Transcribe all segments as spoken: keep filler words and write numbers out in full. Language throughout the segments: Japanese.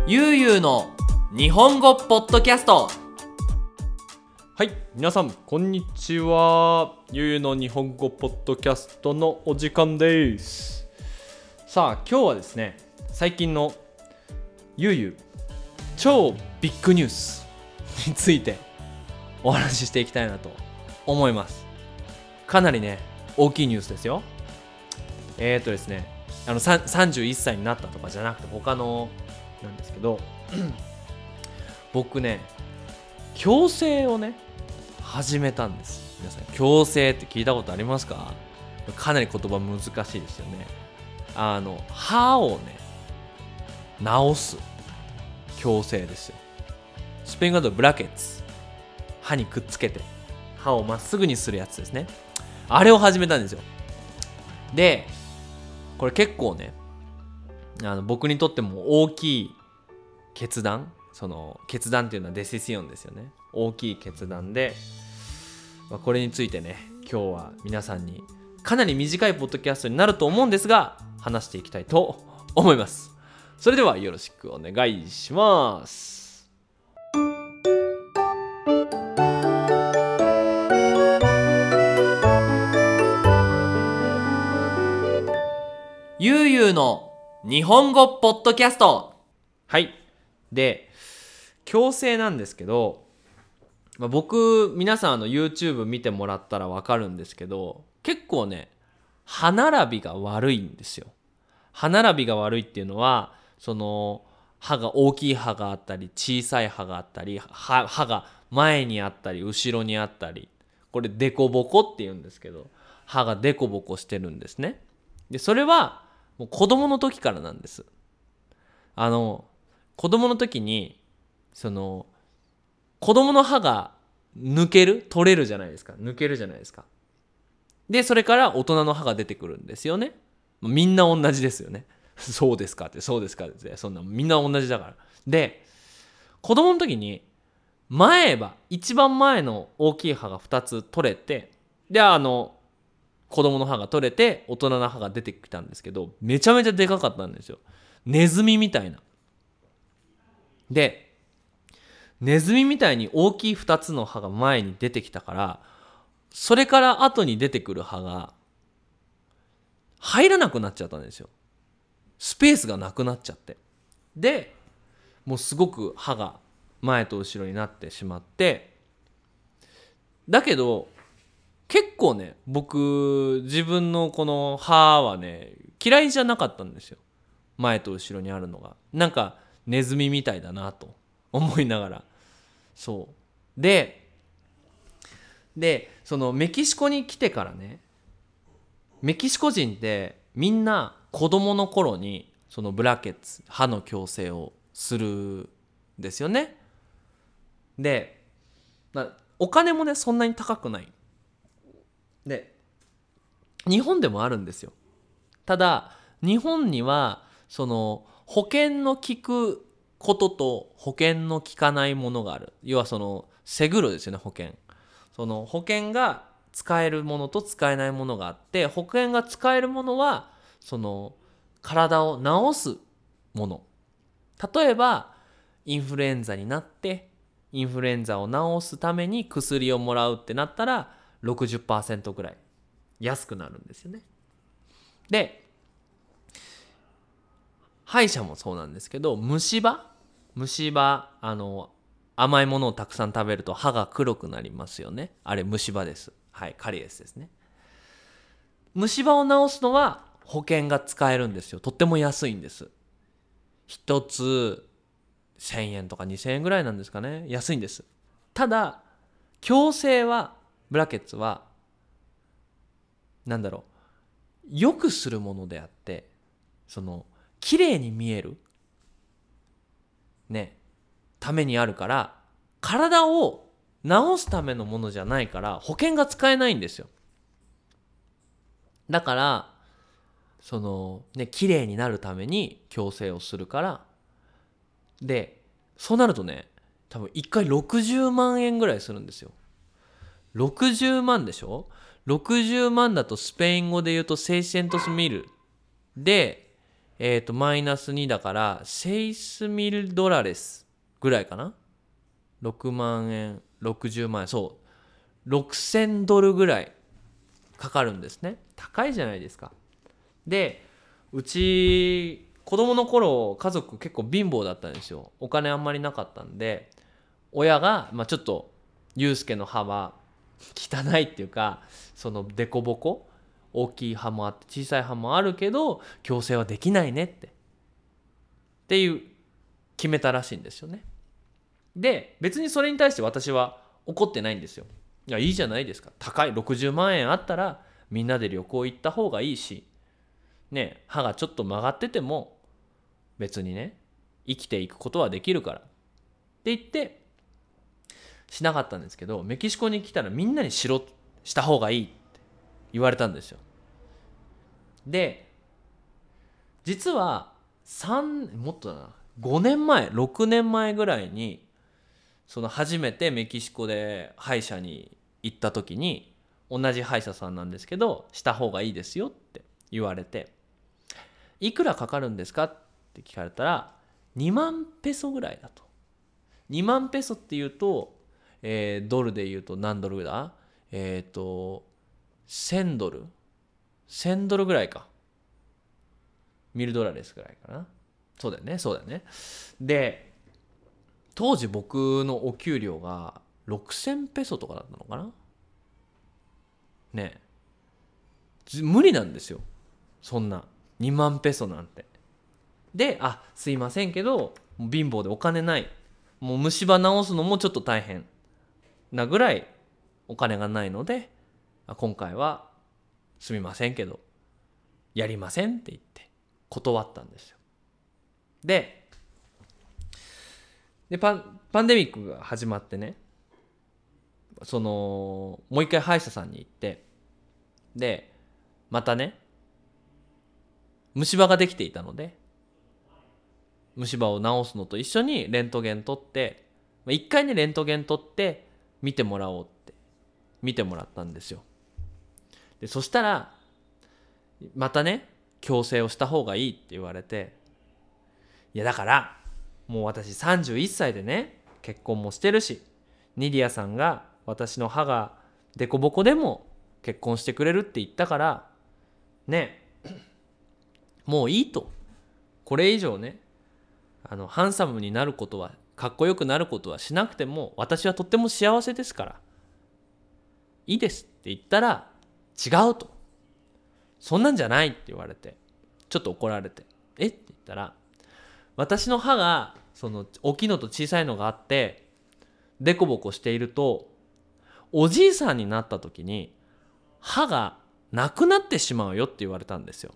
ゆうゆうの日本語ポッドキャスト。 はい、皆さんこんにちは。ゆうゆうの日本語ポッドキャストのお時間です。さあ今日はですね、最近のゆうゆう超ビッグニュースについてお話ししていきたいなと思います。かなりね大きいニュースですよ。えーとですねあのさんじゅういっさいになったとかじゃなくて他のなんですけど僕ね矯正をね始めたんです。皆さん矯正って聞いたことありますか？かなり言葉難しいですよね。あの歯をね治す矯正ですよ。スペイン語でブラケッツ、歯にくっつけて歯をまっすぐにするやつですね。あれを始めたんですよ。でこれ結構ねあの僕にとっても大きい決断、その決断っていうのはデシシオンですよね。大きい決断で、まあ、これについてね今日は皆さんにかなり短いポッドキャストになると思うんですが話していきたいと思います。それではよろしくお願いします。 ゆうゆうの日本語ポッドキャスト。 はい。で矯正なんですけど、まあ、僕皆さんあの YouTube 見てもらったら分かるんですけど結構ね歯並びが悪いんですよ。歯並びが悪いっていうのはその歯が大きい歯があったり小さい歯があったり 歯, 歯が前にあったり後ろにあったり、これデコボコって言うんですけど歯がデコボコしてるんですね。でそれはもう子供の時からなんです。あの子供の時にその子供の歯が抜ける取れるじゃないですか抜けるじゃないですか。でそれから大人の歯が出てくるんですよね。みんな同じですよねそうですかってそうですかって、そんなみんな同じだから。で子供の時に前歯一番前の大きい歯がふたつ取れて、であの子供の歯が取れて大人の歯が出てきたんですけどめちゃめちゃでかかったんですよ。ネズミみたいな。でネズミみたいに大きいふたつの歯が前に出てきたからそれから後に出てくる歯が入らなくなっちゃったんですよ。スペースがなくなっちゃって、でもうすごく歯が前と後ろになってしまって、だけど結構ね僕自分のこの歯はね嫌いじゃなかったんですよ。前と後ろにあるのがなんかネズミみたいだなと思いながら、そうででそのメキシコに来てからね、メキシコ人ってみんな子供の頃にそのブラケッツ歯の矯正をするんですよね。でお金もねそんなに高くないで日本でもあるんですよ。ただ日本にはその保険の効くことと保険の効かないものがある。要はそのセグロですよね。保険その保険が使えるものと使えないものがあって、保険が使えるものはその体を治すもの。例えばインフルエンザになってインフルエンザを治すために薬をもらうってなったら ろくじゅっパーセント ぐらい安くなるんですよね。で歯医者もそうなんですけど、虫歯虫歯あの甘いものをたくさん食べると歯が黒くなりますよね。あれ虫歯です。はい、カリエスですね。虫歯を治すのは保険が使えるんですよ。とっても安いんです。一つせんえんとかにせんえんぐらいなんですかね。安いんです。ただ矯正はブラケッツはなんだろう良くするものであって、その綺麗に見えるねためにあるから、体を治すためのものじゃないから保険が使えないんですよ。だからそのね綺麗になるために矯正をするから、でそうなるとね多分いっかいろくじゅうまんえんぐらいするんですよ。ろくじゅうまんでしょ。ろくじゅうまんだとスペイン語で言うとセイシェントスミルで、 えっとマイナスにだからセイスミルドラレスぐらいかな。ろくまんえん、ろくじゅうまんえん、そうろくせんドルぐらいかかるんですね。高いじゃないですか。でうち子供の頃家族結構貧乏だったんですよ。お金あんまりなかったんで、親が、まあ、ちょっとユうスケの歯は汚いっていうか、そのデコボコ、大きい歯もあって小さい歯もあるけど矯正はできないねってっていう決めたらしいんですよね。で別にそれに対して私は怒ってないんですよ。いやいいじゃないですか、高いろくじゅうまんえんあったらみんなで旅行行った方がいいしね、歯がちょっと曲がってても別にね生きていくことはできるからって言ってしなかったんですけど、メキシコに来たらみんなにしろした方がいいって言われたんですよ。で実はさんもっとだなごねんまえろくねんまえぐらいにその初めてメキシコで歯医者に行った時に、同じ歯医者さんなんですけどした方がいいですよって言われて、いくらかかるんですかって聞かれたらにまんペソぐらいだと。にまんペソっていうと、えードルでいうと何ドルだ、えっ、とせんドルせんドルぐらいか、ミルドラレスぐらいかな。そうだよねそうだよね。で当時僕のお給料がろくせんペソとかだったのかなね。無理なんですよそんなにまんペソなんて。で、あ、すいませんけど貧乏でお金ない、もう虫歯治すのもちょっと大変なぐらいお金がないので、今回はすみませんけどやりませんって言って断ったんですよ。ででパンパンデミックが始まってね、そのもう一回歯医者さんに行って、でまたね虫歯ができていたので虫歯を治すのと一緒にレントゲン取って、一回ねレントゲン取って見てもらおうって見てもらったんですよ。でそしたらまたね矯正をした方がいいって言われて、いやだからもう私さんじゅういっさいでね結婚もしてるし、ニディアさんが私の歯がデコボコでも結婚してくれるって言ったからね、もういいと、これ以上ねあのハンサムになることはかっこよくなることはしなくても私はとっても幸せですからいいですって言ったら、違うと、そんなんじゃないって言われてちょっと怒られて、えって言ったら、私の歯がその大きいのと小さいのがあってデコボコしているとおじいさんになった時に歯がなくなってしまうよって言われたんですよ。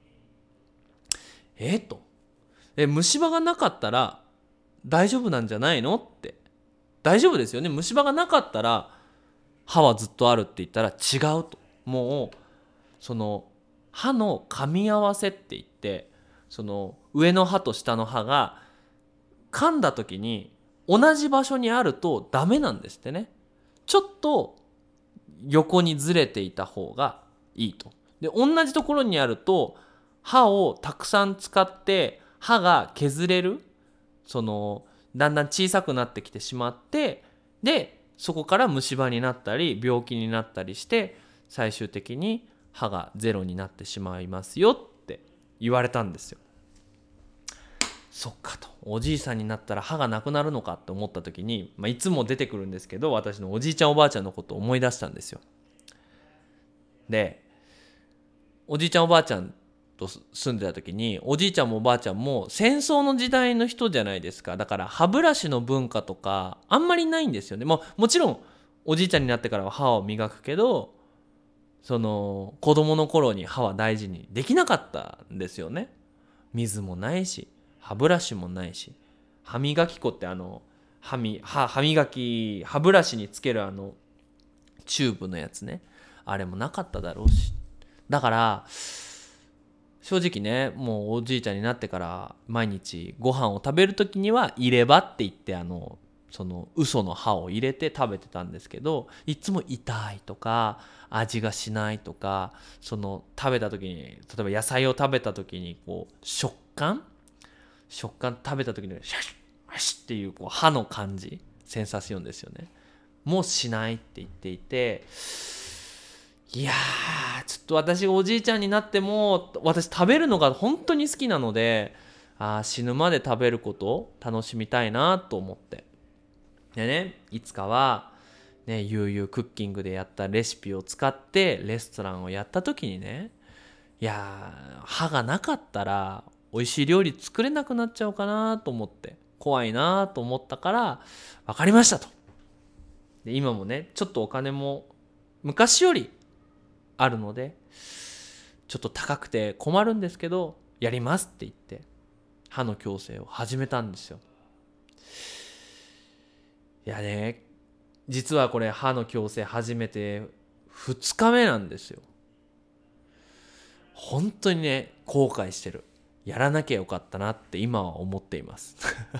えっとえ虫歯がなかったら大丈夫なんじゃないのって、大丈夫ですよね、虫歯がなかったら歯はずっとあるって言ったら違うと、もうその歯の噛み合わせって言って、その上の歯と下の歯が噛んだ時に同じ場所にあるとダメなんですってね。ちょっと横にずれていた方がいいと。で同じところにあると歯をたくさん使って歯が削れる、そのだんだん小さくなってきてしまって、でそこから虫歯になったり病気になったりして最終的に歯がゼロになってしまいますよって言われたんですよ。そっかと、おじいさんになったら歯がなくなるのかって思った時に、まあ、いつも出てくるんですけど私のおじいちゃんおばあちゃんのことを思い出したんですよ。でおじいちゃんおばあちゃんと住んでた時に、おじいちゃんもおばあちゃんも戦争の時代の人じゃないですか。だから歯ブラシの文化とかあんまりないんですよね。もうもちろんおじいちゃんになってからは歯を磨くけど、その子供の頃に歯は大事にできなかったんですよね。水もないし歯ブラシもないし、歯磨き粉ってあの 歯, み 歯, 歯磨き歯ブラシにつけるあのチューブのやつね、あれもなかっただろうし、だから正直ねもうおじいちゃんになってから毎日ご飯を食べる時には入れ歯って言って、あのその嘘の歯を入れて食べてたんですけど、いつも痛いとか味がしないとか、その食べた時に例えば野菜を食べた時にこう食感食感食べた時にシャシッシッっていうこう歯の感じ、センサシオンですよね、もうしないって言っていて、いやーちょっと私おじいちゃんになっても私食べるのが本当に好きなので、あ死ぬまで食べることを楽しみたいなと思って、でね、いつかはね、悠々クッキングでやったレシピを使ってレストランをやった時にね、いやー歯がなかったら美味しい料理作れなくなっちゃうかなと思って怖いなと思ったから、分かりましたと。で今もねちょっとお金も昔よりあるのでちょっと高くて困るんですけどやりますって言って歯の矯正を始めたんですよ。いやね、実はこれ歯の矯正始めてふつかめなんですよ。本当にね後悔してる。やらなきゃよかったなって今は思っています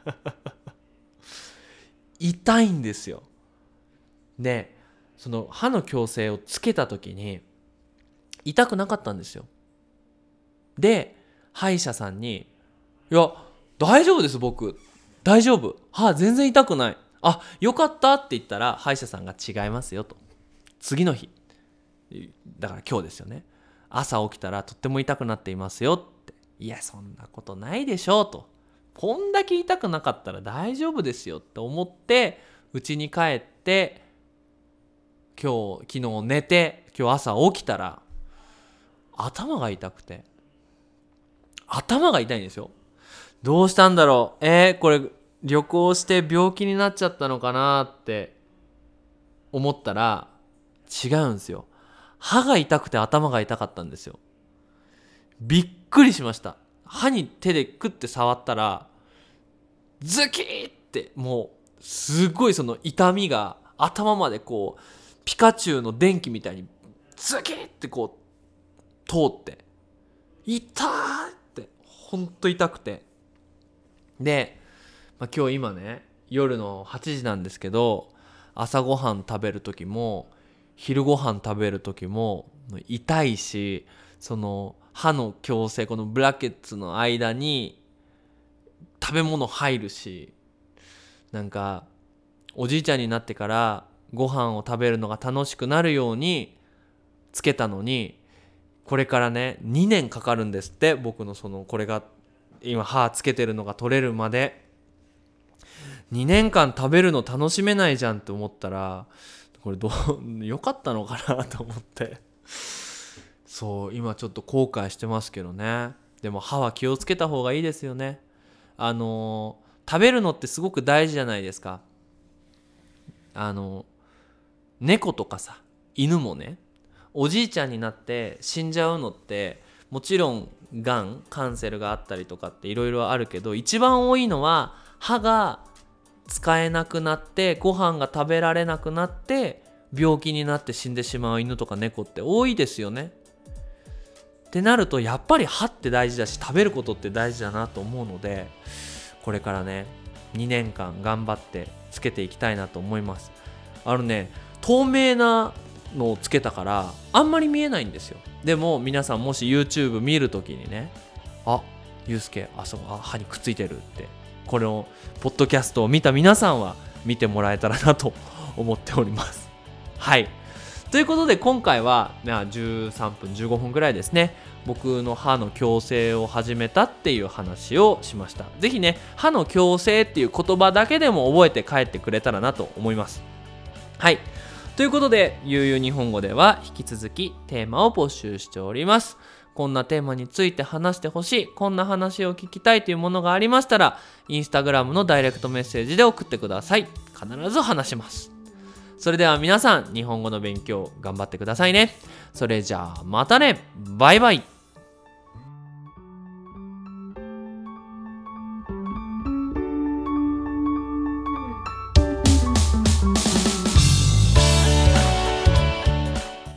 痛いんですよ。でその歯の矯正をつけた時に痛くなかったんですよ。で歯医者さんにいや大丈夫です僕大丈夫歯全然痛くない、あよかったって言ったら歯医者さんが違いますよと、次の日だから今日ですよね、朝起きたらとっても痛くなっていますよって、いやそんなことないでしょうと、こんだけ痛くなかったら大丈夫ですよって思って家に帰って今日昨日寝て今日朝起きたら頭が痛くて、頭が痛いんですよ。どうしたんだろう、えー、これ旅行して病気になっちゃったのかなって思ったら違うんですよ。歯が痛くて頭が痛かったんですよ。びっくりしました。歯に手でクッて触ったらズキーってもうすごいその痛みが頭までこうピカチュウの電気みたいにズキーってこう通って痛ーってほんと痛くて、で、まあ、今日今ね夜のはちじなんですけど、朝ごはん食べる時も昼ごはん食べる時も痛いし、その歯の矯正このブラケッツの間に食べ物入るし、なんかおじいちゃんになってからご飯を食べるのが楽しくなるようにつけたのに、これからねにねんかかるんですって、僕のそのこれが今歯つけてるのが取れるまでにねんかん食べるの楽しめないじゃんって思ったら、これどう良かったのかなと思って、そう今ちょっと後悔してますけどね。でも歯は気をつけた方がいいですよね。あの食べるのってすごく大事じゃないですか。あの猫とかさ犬もね、おじいちゃんになって死んじゃうのってもちろんがんカンセルがあったりとかっていろいろあるけど、一番多いのは歯が使えなくなってご飯が食べられなくなって病気になって死んでしまう犬とか猫って多いですよね。ってなるとやっぱり歯って大事だし食べることって大事だなと思うので、これからねにねんかん頑張ってつけていきたいなと思います。あのね透明なのをつけたからあんまり見えないんですよ。でも皆さんもし YouTube 見るときにね、あゆうすけあそこあ歯にくっついてるって、これをポッドキャストを見た皆さんは見てもらえたらなと思っております。はい、ということで今回はじゅうさんぷんじゅうごふんぐらいですね、僕の歯の矯正を始めたっていう話をしました。ぜひね歯の矯正っていう言葉だけでも覚えて帰ってくれたらなと思います。はい、ということでゆうゆう日本語では引き続きテーマを募集しております。こんなテーマについて話してほしい、こんな話を聞きたいというものがありましたらインスタグラムのダイレクトメッセージで送ってください。必ず話します。それでは皆さん日本語の勉強頑張ってくださいね。それじゃあまたね、バイバイ。